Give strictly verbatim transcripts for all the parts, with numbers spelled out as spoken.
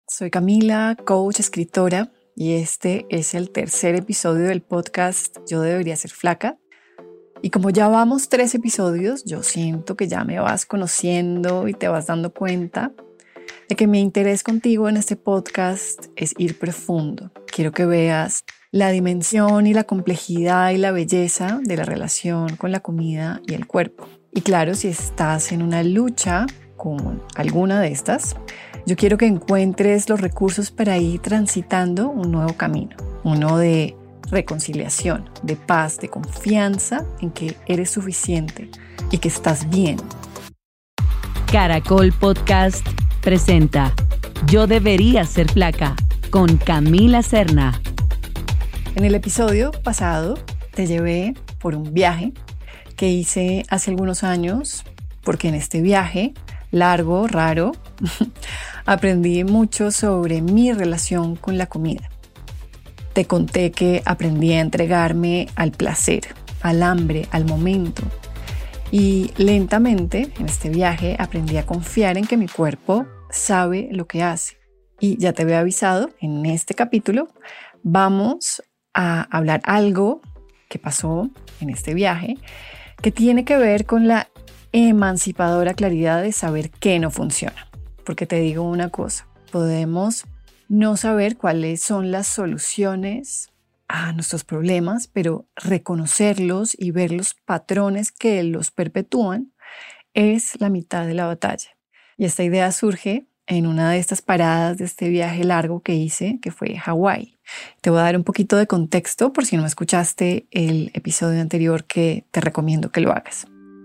Soy Camila, coach, escritora, y este es el tercer episodio del podcast Yo debería ser flaca. Y como ya vamos tres episodios, yo siento que ya me vas conociendo y te vas dando cuenta de que mi interés contigo en este podcast es ir profundo. Quiero que veas la dimensión y la complejidad y la belleza de la relación con la comida y el cuerpo. Y claro, si estás en una lucha con alguna de estas, yo quiero que encuentres los recursos para ir transitando un nuevo camino, uno de reconciliación, de paz, de confianza en que eres suficiente y que estás bien. Caracol Podcast presenta Yo debería ser flaca con Camila Serna. En el episodio pasado te llevé por un viaje que hice hace algunos años, porque en este viaje largo, raro, aprendí mucho sobre mi relación con la comida. Te conté que aprendí a entregarme al placer, al hambre, al momento. Y lentamente, en este viaje, aprendí a confiar en que mi cuerpo sabe lo que hace. Y ya te había avisado, en este capítulo vamos a hablar algo que pasó en este viaje que tiene que ver con la emancipadora claridad de saber qué no funciona. Porque te digo una cosa, podemos no saber cuáles son las soluciones a nuestros problemas, pero reconocerlos y ver los patrones que los perpetúan es la mitad de la batalla. Y esta idea surge en una de estas paradas de este viaje largo que hice, que fue Hawái. Te voy a dar un poquito de contexto por si no escuchaste el episodio anterior, que te recomiendo que lo hagas.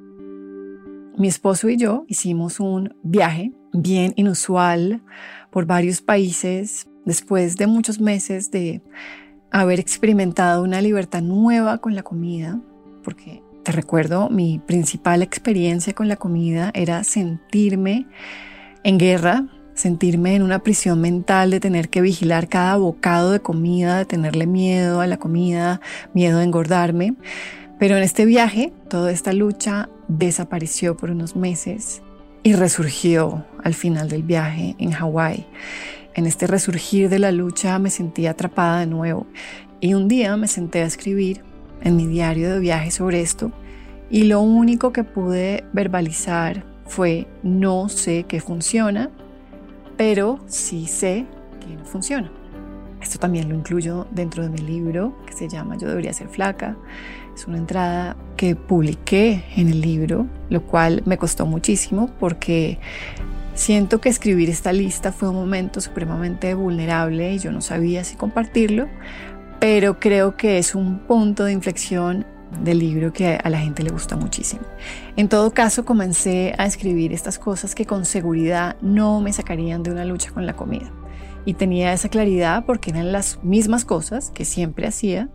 Mi esposo y yo hicimos un viaje bien inusual por varios países después de muchos meses de haber experimentado una libertad nueva con la comida, porque te recuerdo, mi principal experiencia con la comida era sentirme en guerra, sentirme en una prisión mental de tener que vigilar cada bocado de comida, de tenerle miedo a la comida, miedo a engordarme. Pero en este viaje, toda esta lucha desapareció por unos meses y resurgió al final del viaje en Hawái. En este resurgir de la lucha me sentí atrapada de nuevo y un día me senté a escribir en mi diario de viaje sobre esto y lo único que pude verbalizar fue: no sé qué funciona, pero sí sé que no funciona. Esto también lo incluyo dentro de mi libro que se llama Yo debería ser flaca. Es una entrada que publiqué en el libro, lo cual me costó muchísimo porque siento que escribir esta lista fue un momento supremamente vulnerable y yo no sabía si compartirlo, pero creo que es un punto de inflexión del libro que a la gente le gusta muchísimo. En todo caso, comencé a escribir estas cosas que con seguridad no me sacarían de una lucha con la comida. Y tenía esa claridad porque eran las mismas cosas que siempre hacía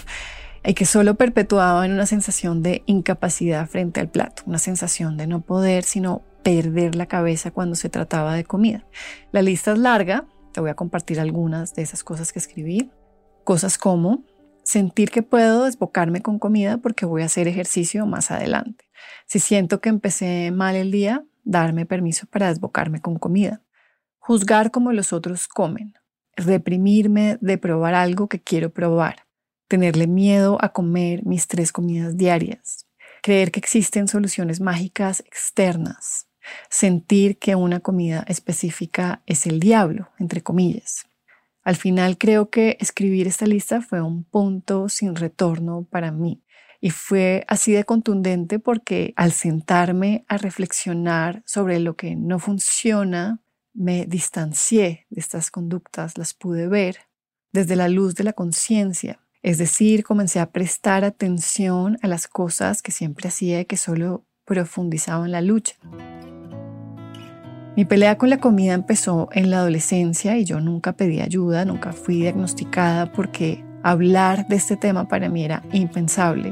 y que solo perpetuaban una sensación de incapacidad frente al plato, una sensación de no poder sino perder la cabeza cuando se trataba de comida. La lista es larga, te voy a compartir algunas de esas cosas que escribí. Cosas como sentir que puedo desbocarme con comida porque voy a hacer ejercicio más adelante. Si siento que empecé mal el día, darme permiso para desbocarme con comida. Juzgar como los otros comen, reprimirme de probar algo que quiero probar, tenerle miedo a comer mis tres comidas diarias, creer que existen soluciones mágicas externas, sentir que una comida específica es el diablo, entre comillas. Al final creo que escribir esta lista fue un punto sin retorno para mí y fue así de contundente porque al sentarme a reflexionar sobre lo que no funciona, me distancié de estas conductas, las pude ver desde la luz de la conciencia. Es decir, comencé a prestar atención a las cosas que siempre hacía y que solo profundizaban la lucha. Mi pelea con la comida empezó en la adolescencia y yo nunca pedí ayuda, nunca fui diagnosticada porque hablar de este tema para mí era impensable.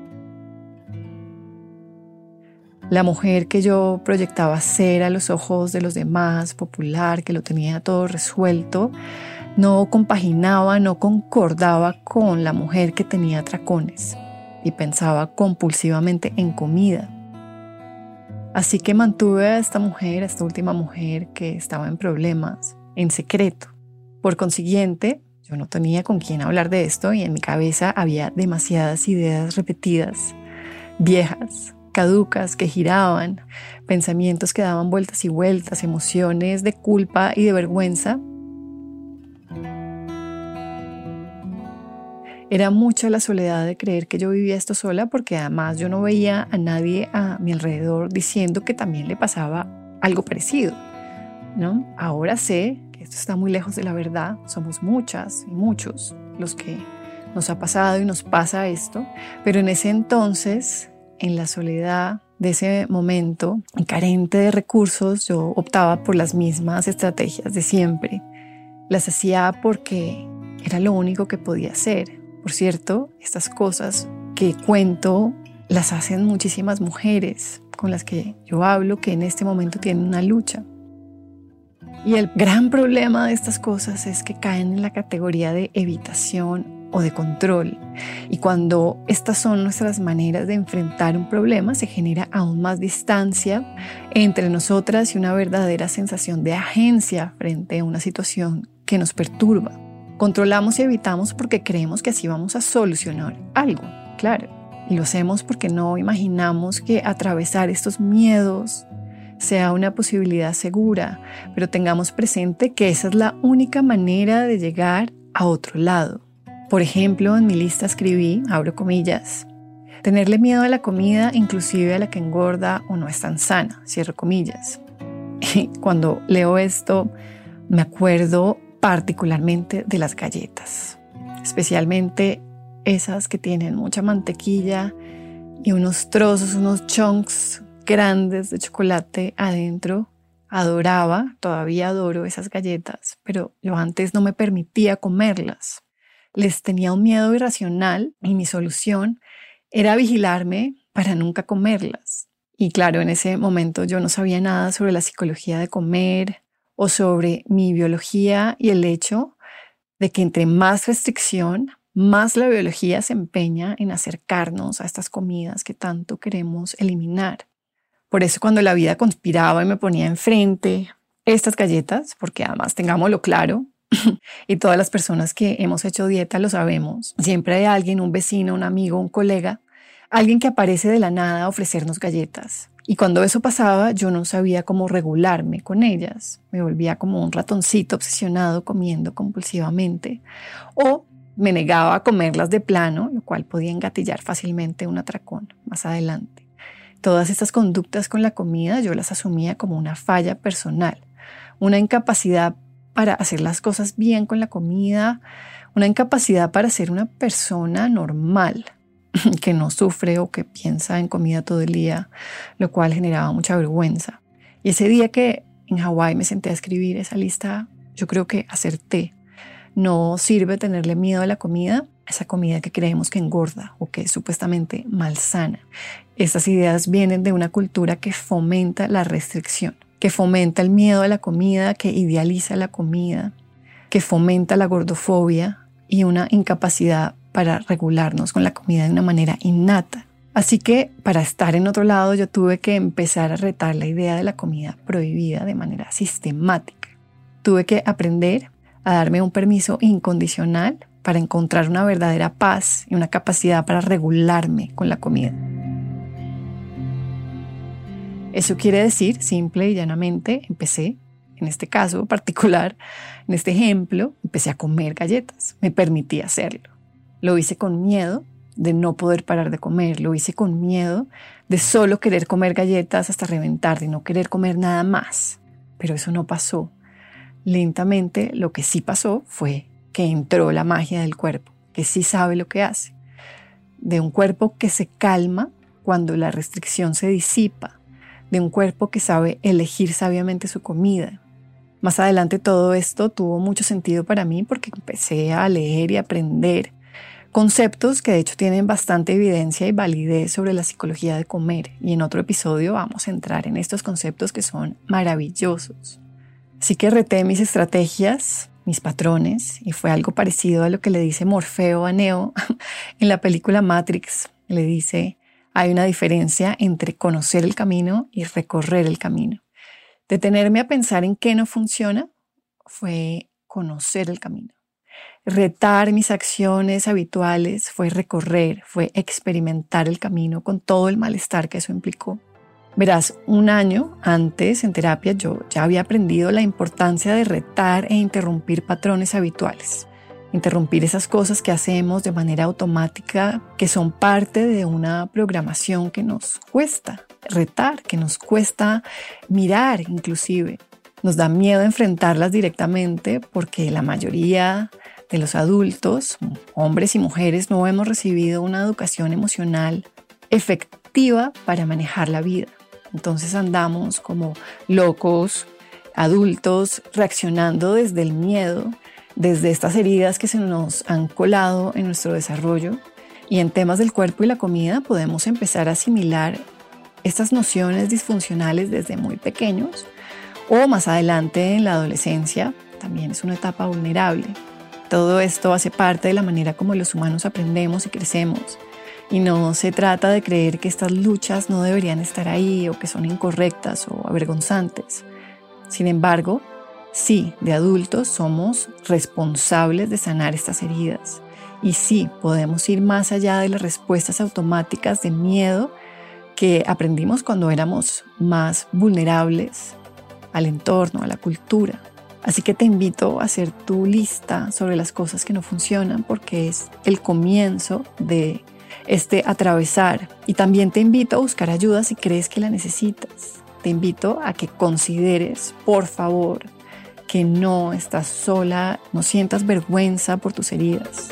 La mujer que yo proyectaba ser a los ojos de los demás, popular, que lo tenía todo resuelto, no compaginaba, no concordaba con la mujer que tenía atracones y pensaba compulsivamente en comida. Así que mantuve a esta mujer, a esta última mujer que estaba en problemas, en secreto. Por consiguiente, yo no tenía con quién hablar de esto y en mi cabeza había demasiadas ideas repetidas, viejas, caducas, que giraban, pensamientos que daban vueltas y vueltas, emociones de culpa y de vergüenza. Era mucha la soledad de creer que yo vivía esto sola, porque además yo no veía a nadie a mi alrededor diciendo que también le pasaba algo parecido, ¿no? Ahora sé que esto está muy lejos de la verdad. Somos muchas y muchos los que nos ha pasado y nos pasa esto, pero en ese entonces, en la soledad de ese momento, carente de recursos, yo optaba por las mismas estrategias de siempre. Las hacía porque era lo único que podía hacer. Por cierto, estas cosas que cuento las hacen muchísimas mujeres con las que yo hablo, que en este momento tienen una lucha. Y el gran problema de estas cosas es que caen en la categoría de evitación o de control. Y cuando estas son nuestras maneras de enfrentar un problema, se genera aún más distancia entre nosotras y una verdadera sensación de agencia frente a una situación que nos perturba. Controlamos y evitamos porque creemos que así vamos a solucionar algo, claro. Y lo hacemos porque no imaginamos que atravesar estos miedos sea una posibilidad segura, pero tengamos presente que esa es la única manera de llegar a otro lado. Por ejemplo, en mi lista escribí, abro comillas, tenerle miedo a la comida, inclusive a la que engorda o no es tan sana, cierro comillas. Y cuando leo esto, me acuerdo particularmente de las galletas, especialmente esas que tienen mucha mantequilla y unos trozos, unos chunks grandes de chocolate adentro. Adoraba, todavía adoro esas galletas, pero yo antes no me permitía comerlas. Les tenía un miedo irracional y mi solución era vigilarme para nunca comerlas. Y claro, en ese momento yo no sabía nada sobre la psicología de comer o sobre mi biología y el hecho de que entre más restricción, más la biología se empeña en acercarnos a estas comidas que tanto queremos eliminar. Por eso cuando la vida conspiraba y me ponía enfrente estas galletas, porque además tengámoslo claro, y todas las personas que hemos hecho dieta lo sabemos, siempre hay alguien, un vecino, un amigo, un colega, alguien que aparece de la nada a ofrecernos galletas. Y cuando eso pasaba, yo no sabía cómo regularme con ellas. Me volvía como un ratoncito obsesionado comiendo compulsivamente. O me negaba a comerlas de plano, lo cual podía engatillar fácilmente un atracón más adelante. Todas estas conductas con la comida yo las asumía como una falla personal, una incapacidad para hacer las cosas bien con la comida, una incapacidad para ser una persona normal, que no sufre o que piensa en comida todo el día, lo cual generaba mucha vergüenza. Y ese día que en Hawái me senté a escribir esa lista, yo creo que acerté. No sirve tenerle miedo a la comida, esa comida que creemos que engorda o que es supuestamente malsana. Estas ideas vienen de una cultura que fomenta la restricción, que fomenta el miedo a la comida, que idealiza la comida, que fomenta la gordofobia y una incapacidad para regularnos con la comida de una manera innata. Así que para estar en otro lado yo tuve que empezar a retar la idea de la comida prohibida de manera sistemática. Tuve que aprender a darme un permiso incondicional para encontrar una verdadera paz y una capacidad para regularme con la comida. Eso quiere decir, simple y llanamente, empecé, en este caso particular, en este ejemplo, empecé a comer galletas. Me permití hacerlo. Lo hice con miedo de no poder parar de comer. Lo hice con miedo de solo querer comer galletas hasta reventar, de no querer comer nada más. Pero eso no pasó. Lentamente, lo que sí pasó fue que entró la magia del cuerpo, que sí sabe lo que hace. De un cuerpo que se calma cuando la restricción se disipa. De un cuerpo que sabe elegir sabiamente su comida. Más adelante todo esto tuvo mucho sentido para mí porque empecé a leer y aprender conceptos que de hecho tienen bastante evidencia y validez sobre la psicología de comer. Y en otro episodio vamos a entrar en estos conceptos que son maravillosos. Así que reté mis estrategias, mis patrones, y fue algo parecido a lo que le dice Morfeo a Neo en la película Matrix. Le dice, hay una diferencia entre conocer el camino y recorrer el camino. Detenerme a pensar en qué no funciona fue conocer el camino. Retar mis acciones habituales fue recorrer, fue experimentar el camino con todo el malestar que eso implicó. Verás, un año antes en terapia yo ya había aprendido la importancia de retar e interrumpir patrones habituales. Interrumpir esas cosas que hacemos de manera automática, que son parte de una programación que nos cuesta retar, que nos cuesta mirar inclusive. Nos da miedo enfrentarlas directamente porque la mayoría de los adultos, hombres y mujeres, no hemos recibido una educación emocional efectiva para manejar la vida. Entonces andamos como locos, adultos, reaccionando desde el miedo, desde estas heridas que se nos han colado en nuestro desarrollo. Y en temas del cuerpo y la comida podemos empezar a asimilar estas nociones disfuncionales desde muy pequeños o más adelante en la adolescencia. También es una etapa vulnerable. Todo esto hace parte de la manera como los humanos aprendemos y crecemos. Y no se trata de creer que estas luchas no deberían estar ahí o que son incorrectas o avergonzantes. Sin embargo, sí, de adultos somos responsables de sanar estas heridas. Y sí, podemos ir más allá de las respuestas automáticas de miedo que aprendimos cuando éramos más vulnerables al entorno, a la cultura. Así que te invito a hacer tu lista sobre las cosas que no funcionan porque es el comienzo de este atravesar. Y también te invito a buscar ayuda si crees que la necesitas. Te invito a que consideres, por favor, que no estás sola, no sientas vergüenza por tus heridas.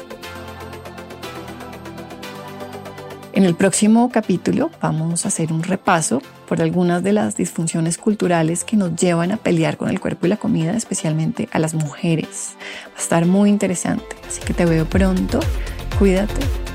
En el próximo capítulo vamos a hacer un repaso por algunas de las disfunciones culturales que nos llevan a pelear con el cuerpo y la comida, especialmente a las mujeres. Va a estar muy interesante, así que te veo pronto. Cuídate.